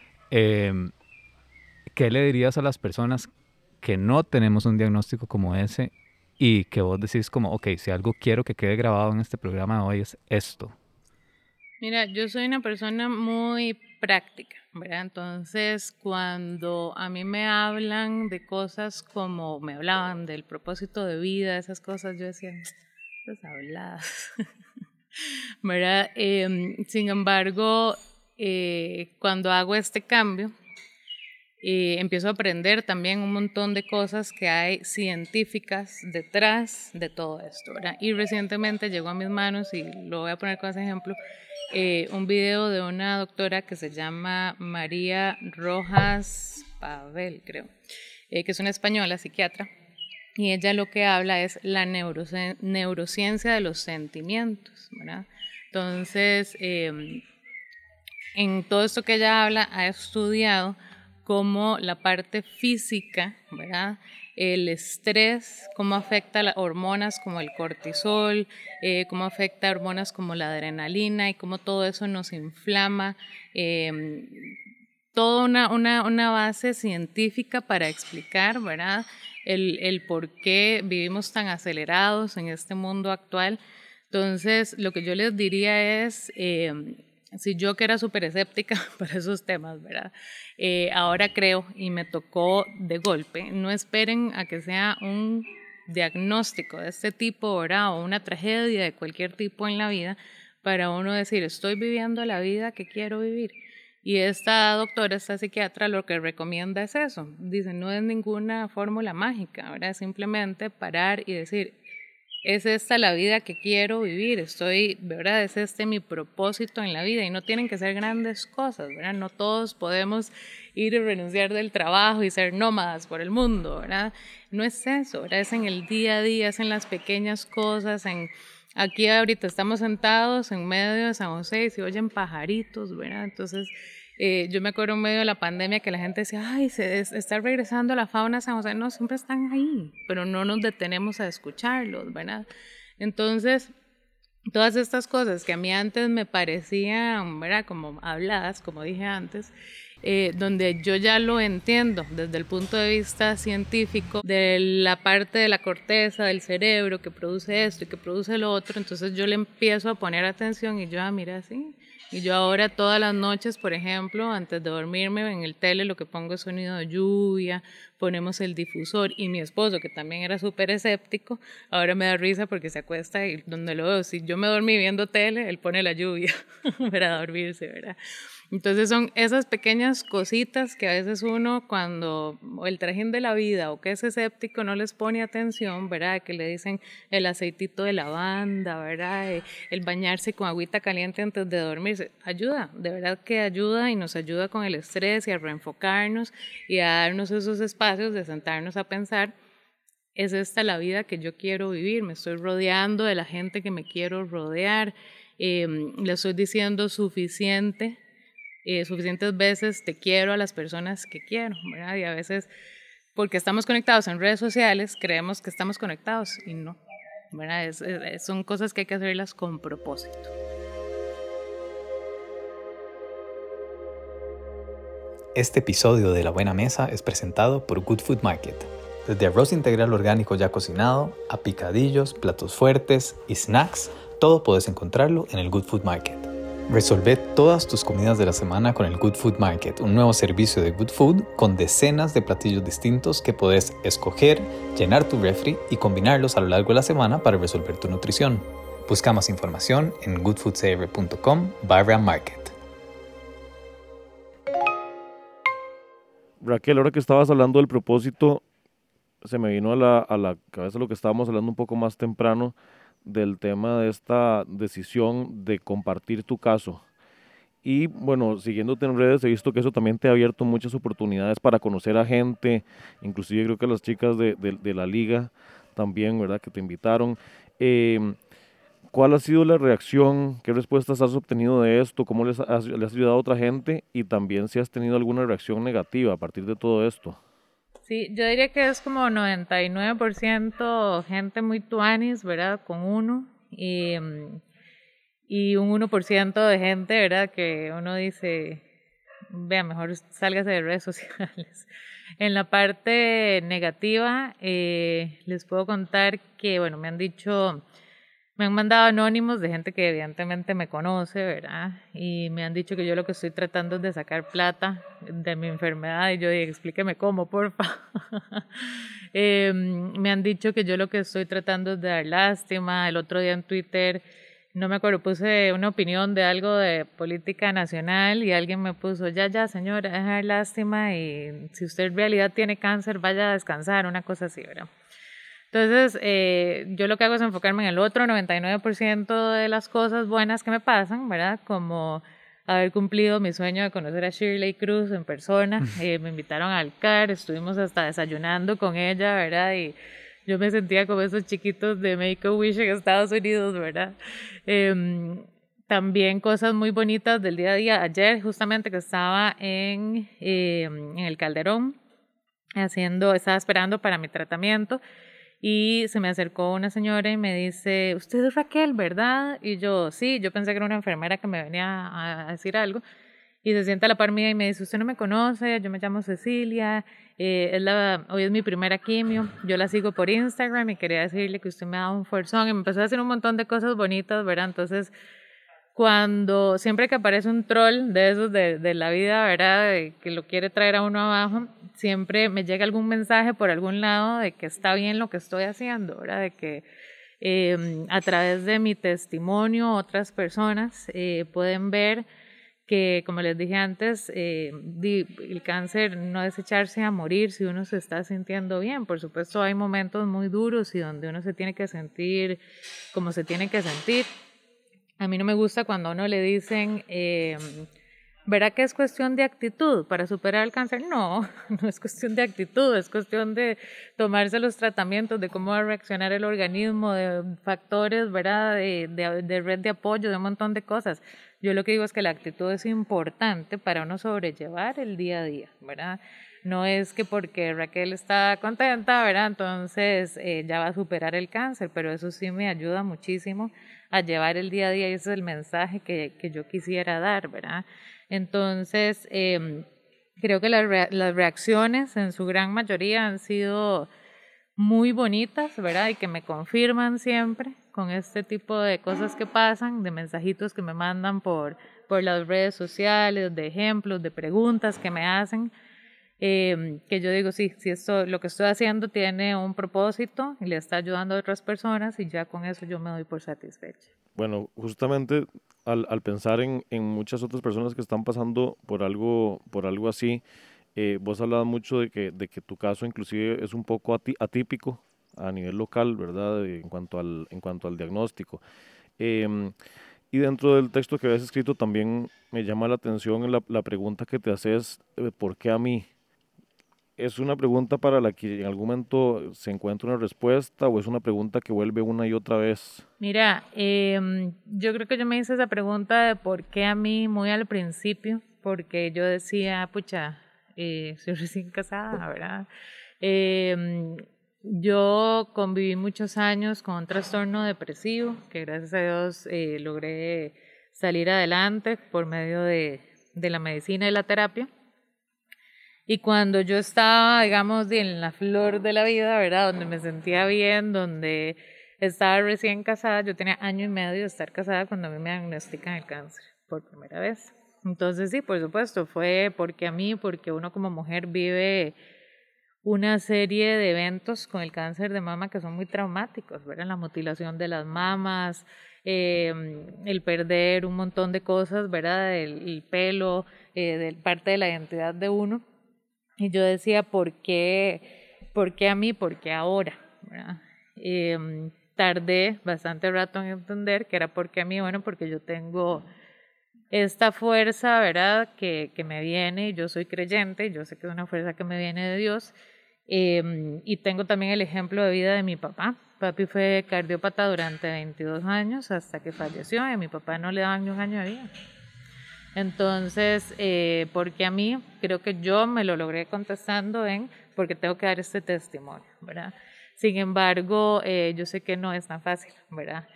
¿Qué le dirías a las personas que no tenemos un diagnóstico como ese y que vos decís como, ok, si algo quiero que quede grabado en este programa de hoy es esto? Mira, yo soy una persona muy práctica, ¿verdad? Entonces, cuando a mí me hablan de cosas como me hablaban del propósito de vida, esas cosas, yo decía, esas habladas, ¿verdad? Sin embargo, cuando hago este cambio, empiezo a aprender también un montón de cosas que hay científicas detrás de todo esto, ¿verdad? Y recientemente llegó a mis manos, y lo voy a poner con ese ejemplo, un video de una doctora que se llama María Rojas Pavel, creo, que es una española psiquiatra, y ella lo que habla es la neurociencia de los sentimientos, ¿verdad? Entonces, en todo esto que ella habla, ha estudiado cómo la parte física, ¿verdad? El estrés, cómo afecta a las hormonas como el cortisol, cómo afecta a hormonas como la adrenalina y cómo todo eso nos inflama. Toda una base científica para explicar, ¿verdad? El por qué vivimos tan acelerados en este mundo actual. Entonces, lo que yo les diría es, si yo que era súper escéptica para esos temas, ¿verdad? Ahora creo, y me tocó de golpe, no esperen a que sea un diagnóstico de este tipo, ¿verdad? O una tragedia de cualquier tipo en la vida, para uno decir, estoy viviendo la vida que quiero vivir. Y esta doctora, esta psiquiatra, lo que recomienda es eso. Dice, no es ninguna fórmula mágica, ¿verdad? Simplemente parar y decir, es esta la vida que quiero vivir, estoy, ¿verdad? Es este mi propósito en la vida, y no tienen que ser grandes cosas, ¿verdad? No todos podemos ir y renunciar del trabajo y ser nómadas por el mundo, ¿verdad? No es eso, ¿verdad? Es en el día a día, es en las pequeñas cosas, aquí ahorita estamos sentados en medio de San José y se oyen pajaritos, ¿verdad? Entonces, yo me acuerdo en medio de la pandemia que la gente decía, ay, se está regresando la fauna a San José. No, siempre están ahí, pero no nos detenemos a escucharlos, ¿verdad? Entonces, todas estas cosas que a mí antes me parecían, ¿verdad? Como habladas, como dije antes, donde yo ya lo entiendo desde el punto de vista científico, de la parte de la corteza del cerebro que produce esto y que produce lo otro, entonces yo le empiezo a poner atención y yo, mira, sí. Y yo ahora todas las noches, por ejemplo, antes de dormirme en el tele, lo que pongo es sonido de lluvia, ponemos el difusor, y mi esposo, que también era súper escéptico, ahora me da risa porque se acuesta y donde lo veo, si yo me dormí viendo tele, él pone la lluvia para dormirse, ¿verdad? Entonces son esas pequeñas cositas que a veces uno, cuando el trajín de la vida o que es escéptico, no les pone atención, ¿verdad? Que le dicen el aceitito de lavanda, ¿verdad? El bañarse con agüita caliente antes de dormirse. Ayuda, de verdad que ayuda, y nos ayuda con el estrés y a reenfocarnos y a darnos esos espacios de sentarnos a pensar, ¿es esta la vida que yo quiero vivir? ¿Me estoy rodeando de la gente que me quiero rodear? ¿Le estoy diciendo suficientes veces te quiero a las personas que quiero, ¿verdad? Y a veces, porque estamos conectados en redes sociales, creemos que estamos conectados y no, ¿verdad? Son cosas que hay que hacerlas con propósito. Este episodio de La Buena Mesa es presentado por Good Food Market. Desde arroz integral orgánico ya cocinado, a picadillos, platos fuertes y snacks, todo puedes encontrarlo en el Good Food Market. Resolve todas tus comidas de la semana con el Good Food Market, un nuevo servicio de Good Food con decenas de platillos distintos que podés escoger, llenar tu refri y combinarlos a lo largo de la semana para resolver tu nutrición. Busca más información en goodfoodcr.com/market. Raquel, ahora que estabas hablando del propósito, se me vino a la cabeza lo que estábamos hablando un poco más temprano del tema de esta decisión de compartir tu caso. Y bueno, siguiéndote en redes, he visto que eso también te ha abierto muchas oportunidades para conocer a gente, inclusive creo que las chicas de la liga también, ¿verdad? Que te invitaron. ¿Cuál ha sido la reacción? ¿Qué respuestas has obtenido de esto? ¿Cómo le has ayudado a otra gente? Y también si has tenido alguna reacción negativa a partir de todo esto. Sí, yo diría que es como 99% gente muy tuanis, ¿verdad? Con uno. Y un 1% de gente, ¿verdad? Que uno dice, vea, mejor sálgase de redes sociales. En la parte negativa, les puedo contar que, bueno, me han mandado anónimos de gente que evidentemente me conoce, ¿verdad? Y me han dicho que yo lo que estoy tratando es de sacar plata de mi enfermedad. Y yo dije, explíqueme cómo, porfa. Me han dicho que yo lo que estoy tratando es de dar lástima. El otro día en Twitter, no me acuerdo, puse una opinión de algo de política nacional y alguien me puso, ya, señora, deja de dar lástima y si usted en realidad tiene cáncer, vaya a descansar, una cosa así, ¿verdad? Entonces, yo lo que hago es enfocarme en el otro 99% de las cosas buenas que me pasan, ¿verdad? Como haber cumplido mi sueño de conocer a Shirley Cruz en persona. Me invitaron al CAR, estuvimos hasta desayunando con ella, ¿verdad? Y yo me sentía como esos chiquitos de Make-A-Wish en Estados Unidos, ¿verdad? También cosas muy bonitas del día a día. Ayer, justamente, que estaba en el Calderón, estaba esperando para mi tratamiento. Y se me acercó una señora y me dice, usted es Raquel, ¿verdad? Y yo, sí, yo pensé que era una enfermera que me venía a decir algo. Y se sienta a la par mía y me dice, usted no me conoce, yo me llamo Cecilia, hoy es mi primera quimio, yo la sigo por Instagram y quería decirle que usted me ha dado un fuerzón. Y me empezó a decir un montón de cosas bonitas, ¿verdad? Entonces, siempre que aparece un troll de esos de la vida, ¿verdad? Que lo quiere traer a uno abajo, siempre me llega algún mensaje por algún lado de que está bien lo que estoy haciendo, ¿verdad? De que a través de mi testimonio otras personas pueden ver que, como les dije antes, el cáncer no es echarse a morir si uno se está sintiendo bien. Por supuesto, hay momentos muy duros y donde uno se tiene que sentir como se tiene que sentir. A mí no me gusta cuando a uno le dicen, ¿verdad que es cuestión de actitud para superar el cáncer? No, no es cuestión de actitud, es cuestión de tomarse los tratamientos, de cómo va a reaccionar el organismo, de factores, ¿verdad? De red de apoyo, de un montón de cosas. Yo lo que digo es que la actitud es importante para uno sobrellevar el día a día, ¿verdad? No es que porque Raquel está contenta, ¿verdad? Entonces ya va a superar el cáncer, pero eso sí me ayuda muchísimo a llevar el día a día y ese es el mensaje que yo quisiera dar, ¿verdad? Entonces, creo que las reacciones en su gran mayoría han sido muy bonitas, ¿verdad? Y que me confirman siempre con este tipo de cosas que pasan, de mensajitos que me mandan por las redes sociales, de ejemplos, de preguntas que me hacen. Que yo digo, sí, lo que estoy haciendo tiene un propósito y le está ayudando a otras personas y ya con eso yo me doy por satisfecha. Bueno, justamente al pensar en muchas otras personas que están pasando por algo así, vos hablabas mucho de que tu caso inclusive es un poco atípico a nivel local, ¿verdad? En cuanto al diagnóstico. Y dentro del texto que habías escrito también me llama la atención la pregunta que te haces, ¿por qué a mí? ¿Es una pregunta para la que en algún momento se encuentra una respuesta o es una pregunta que vuelve una y otra vez? Mira, yo creo que yo me hice esa pregunta de por qué a mí muy al principio, porque yo decía, pucha, soy recién casada, ¿verdad? Yo conviví muchos años con un trastorno depresivo, que gracias a Dios logré salir adelante por medio de la medicina y la terapia. Y cuando yo estaba, digamos, en la flor de la vida, ¿verdad? Donde me sentía bien, donde estaba recién casada, yo tenía 1 año y medio de estar casada cuando a mí me diagnostican el cáncer por primera vez. Entonces sí, por supuesto, fue porque uno como mujer vive una serie de eventos con el cáncer de mama que son muy traumáticos, ¿verdad? La mutilación de las mamas, el perder un montón de cosas, ¿verdad? El pelo, parte de la identidad de uno. Y yo decía, ¿por qué a mí? ¿Por qué ahora? ¿Verdad? Tardé bastante rato en entender que era porque a mí, bueno, porque yo tengo esta fuerza, ¿verdad? Que me viene, yo soy creyente, yo sé que es una fuerza que me viene de Dios, y tengo también el ejemplo de vida de mi papá. Papi fue cardiópata durante 22 años hasta que falleció, y a mi papá no le daban ni un año de vida. Entonces, porque a mí, creo que yo me lo logré contestando en porque tengo que dar este testimonio, ¿verdad? Sin embargo, yo sé que no es tan fácil, ¿verdad?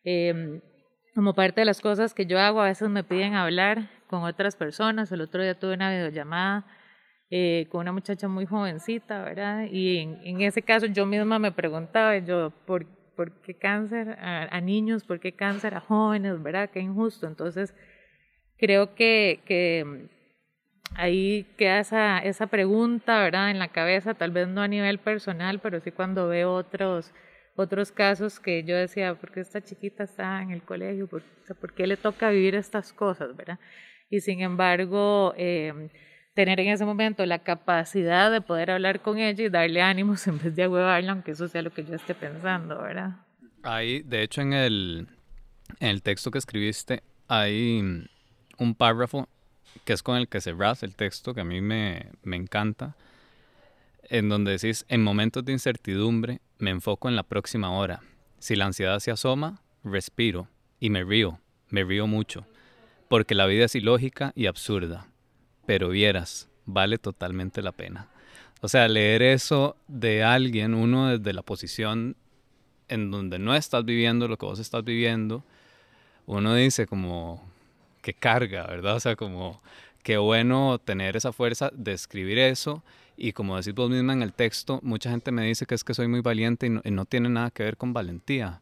Como parte de las cosas que yo hago, a veces me piden hablar con otras personas. El otro día tuve una videollamada con una muchacha muy jovencita, ¿verdad? Y en ese caso yo misma me preguntaba, ¿por qué cáncer a niños? ¿Por qué cáncer a jóvenes? ¿Verdad? Qué injusto. Entonces, creo que ahí queda esa pregunta, ¿verdad? En la cabeza, tal vez no a nivel personal, pero sí cuando veo otros casos que yo decía, ¿por qué esta chiquita está en el colegio? ¿Por qué le toca vivir estas cosas, verdad? Y sin embargo, tener en ese momento la capacidad de poder hablar con ella y darle ánimos en vez de ahuevarla, aunque eso sea lo que yo esté pensando, ¿verdad? Ahí, de hecho, en el texto que escribiste, hay un párrafo que es con el que cerrás el texto, que a mí me encanta, en donde decís, en momentos de incertidumbre me enfoco en la próxima hora. Si la ansiedad se asoma, respiro y me río mucho, porque la vida es ilógica y absurda, pero vieras, vale totalmente la pena. O sea, leer eso de alguien, uno desde la posición en donde no estás viviendo lo que vos estás viviendo, uno dice como que carga, ¿verdad? O sea, como qué bueno tener esa fuerza de escribir eso. Y como decís vos misma en el texto, mucha gente me dice que es que soy muy valiente y no tiene nada que ver con valentía.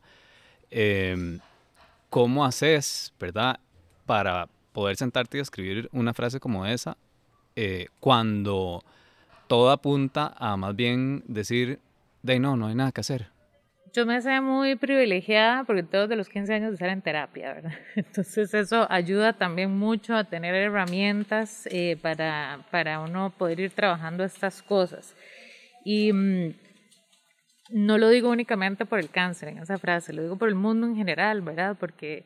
¿Cómo haces, verdad, para poder sentarte y escribir una frase como esa cuando todo apunta a más bien decir, no hay nada que hacer? Yo me sé muy privilegiada porque tengo de los 15 años de estar en terapia, ¿verdad? Entonces eso ayuda también mucho a tener herramientas para uno poder ir trabajando estas cosas. Y no lo digo únicamente por el cáncer en esa frase, lo digo por el mundo en general, ¿verdad? Porque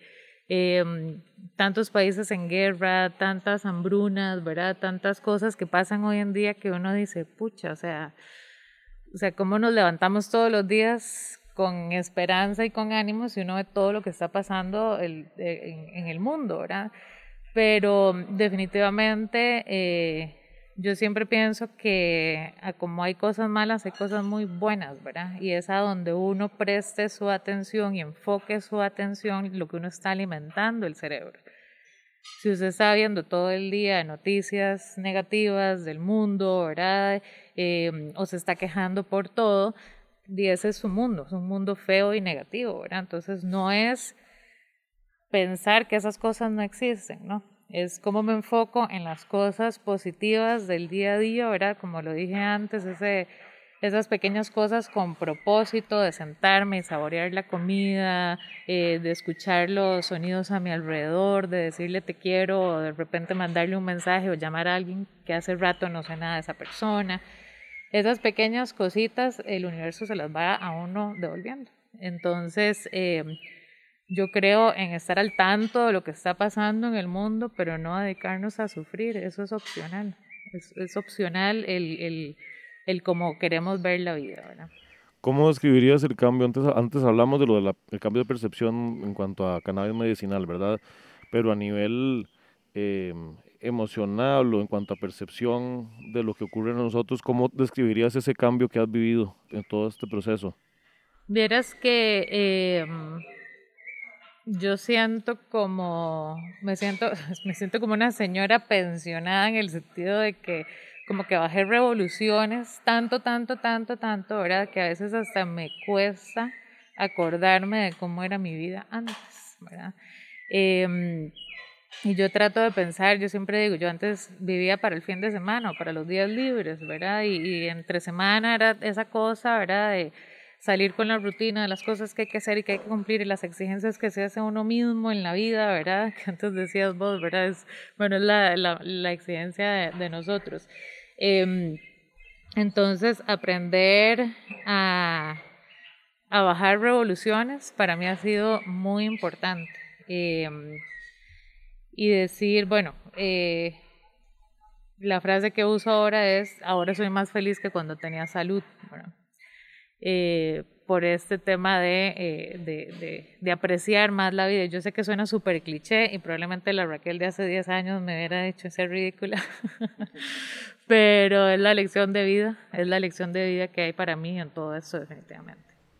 tantos países en guerra, tantas hambrunas, ¿verdad? Tantas cosas que pasan hoy en día que uno dice, pucha, o sea, cómo nos levantamos todos los días con esperanza y con ánimo si uno ve todo lo que está pasando en el mundo, ¿verdad? Pero definitivamente yo siempre pienso que como hay cosas malas, hay cosas muy buenas, ¿verdad? Y es a donde uno preste su atención y enfoque su atención lo que uno está alimentando el cerebro. Si usted está viendo todo el día noticias negativas del mundo, ¿verdad? O se está quejando por todo, y ese es un mundo feo y negativo, ¿verdad? Entonces no es pensar que esas cosas no existen, ¿no? Es cómo me enfoco en las cosas positivas del día a día, ¿verdad? Como lo dije antes, esas pequeñas cosas con propósito de sentarme y saborear la comida, de escuchar los sonidos a mi alrededor, de decirle te quiero, o de repente mandarle un mensaje o llamar a alguien que hace rato no sé nada de esa persona. Esas pequeñas cositas, el universo se las va a uno devolviendo. Entonces, yo creo en estar al tanto de lo que está pasando en el mundo, pero no dedicarnos a sufrir, eso es opcional. Es opcional el cómo queremos ver la vida, ¿verdad? ¿Cómo describirías el cambio? Antes hablamos de el cambio de percepción en cuanto a cannabis medicinal, ¿verdad? Pero a nivel emocional o en cuanto a percepción de lo que ocurre en nosotros, ¿cómo describirías ese cambio que has vivido en todo este proceso? Vieras que yo me siento como una señora pensionada en el sentido de que como que bajé revoluciones tanto, ¿verdad? Que a veces hasta me cuesta acordarme de cómo era mi vida antes, ¿verdad? Y yo trato de pensar, yo siempre digo, yo antes vivía para el fin de semana o para los días libres, ¿verdad? Y entre semana era esa cosa, ¿verdad? De salir con la rutina de las cosas que hay que hacer y que hay que cumplir y las exigencias que se hace uno mismo en la vida, ¿verdad? Que antes decías vos, ¿verdad? Es la exigencia de nosotros. Entonces, aprender a bajar revoluciones para mí ha sido muy importante. Y decir, bueno, la frase que uso ahora es, ahora soy más feliz que cuando tenía salud, ¿verdad? Por este tema de apreciar más la vida. Yo sé que suena súper cliché y probablemente la Raquel de hace 10 años me hubiera hecho ser ridícula, pero es la lección de vida que hay para mí en todo esto, definitivamente.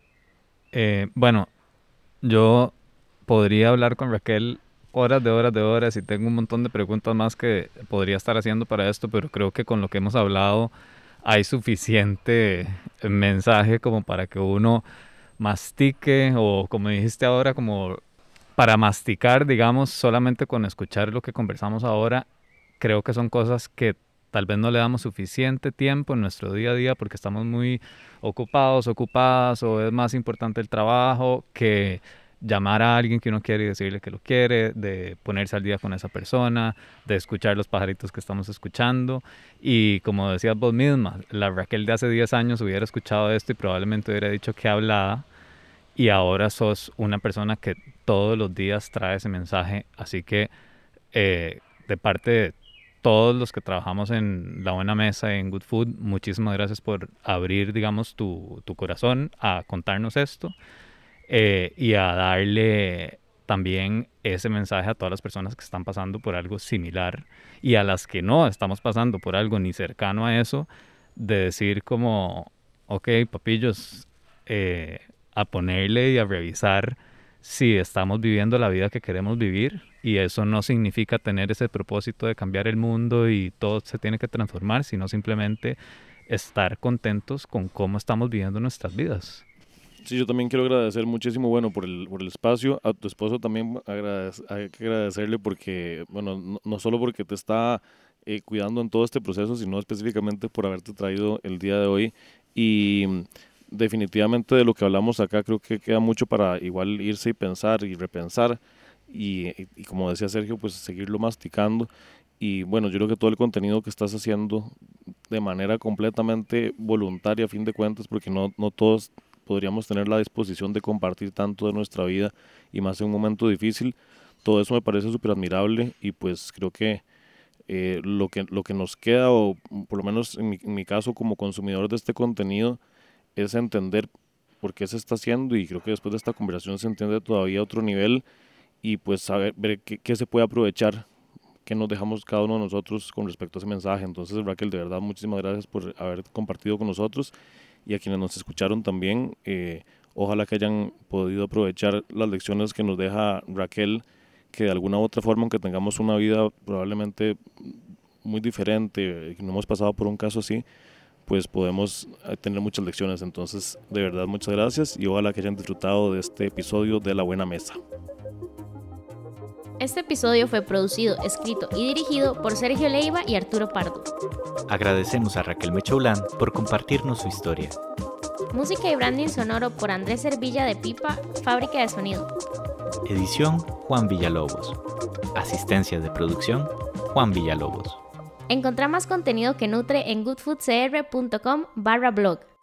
Bueno, yo podría hablar con Raquel horas y tengo un montón de preguntas más que podría estar haciendo para esto, pero creo que con lo que hemos hablado hay suficiente mensaje como para que uno mastique, o como dijiste ahora, como para masticar, digamos, solamente con escuchar lo que conversamos ahora. Creo que son cosas que tal vez no le damos suficiente tiempo en nuestro día a día porque estamos muy ocupadas, o es más importante el trabajo que llamar a alguien que uno quiere y decirle que lo quiere, de ponerse al día con esa persona, de escuchar los pajaritos que estamos escuchando. Y como decías vos misma, la Raquel de hace 10 años hubiera escuchado esto y probablemente hubiera dicho que hablaba, y ahora sos una persona que todos los días trae ese mensaje. Así que de parte de todos los que trabajamos en La Buena Mesa, en Good Food, muchísimas gracias por abrir, digamos, tu corazón a contarnos esto. Y a darle también ese mensaje a todas las personas que están pasando por algo similar y a las que no estamos pasando por algo ni cercano a eso, de decir como, ok, papillos, a ponerle y a revisar si estamos viviendo la vida que queremos vivir, y eso no significa tener ese propósito de cambiar el mundo y todo se tiene que transformar, sino simplemente estar contentos con cómo estamos viviendo nuestras vidas. Sí, yo también quiero agradecer muchísimo, bueno, por el espacio. A tu esposo también hay que agradecerle porque, bueno, no solo porque te está cuidando en todo este proceso, sino específicamente por haberte traído el día de hoy. Y definitivamente de lo que hablamos acá creo que queda mucho para igual irse y pensar y repensar. Y como decía Sergio, pues seguirlo masticando. Y bueno, yo creo que todo el contenido que estás haciendo de manera completamente voluntaria, a fin de cuentas, porque no todos podríamos tener la disposición de compartir tanto de nuestra vida y más en un momento difícil. Todo eso me parece súper admirable, y pues creo que lo que nos queda, o por lo menos en mi caso como consumidor de este contenido, es entender por qué se está haciendo, y creo que después de esta conversación se entiende todavía a otro nivel, y pues saber ver qué se puede aprovechar, qué nos dejamos cada uno de nosotros con respecto a ese mensaje. Entonces, Raquel, de verdad, muchísimas gracias por haber compartido con nosotros. Y a quienes nos escucharon también, ojalá que hayan podido aprovechar las lecciones que nos deja Raquel, que de alguna u otra forma, aunque tengamos una vida probablemente muy diferente, que no hemos pasado por un caso así, pues podemos tener muchas lecciones. Entonces, de verdad, muchas gracias, y ojalá que hayan disfrutado de este episodio de La Buena Mesa. Este episodio fue producido, escrito y dirigido por Sergio Leiva y Arturo Pardo. Agradecemos a Raquel Mechoulán por compartirnos su historia. Música y branding sonoro por Andrés Servilla de Pipa, Fábrica de Sonido. Edición Juan Villalobos. Asistencia de producción Juan Villalobos. Encontrá más contenido que nutre en goodfoodcr.com/blog.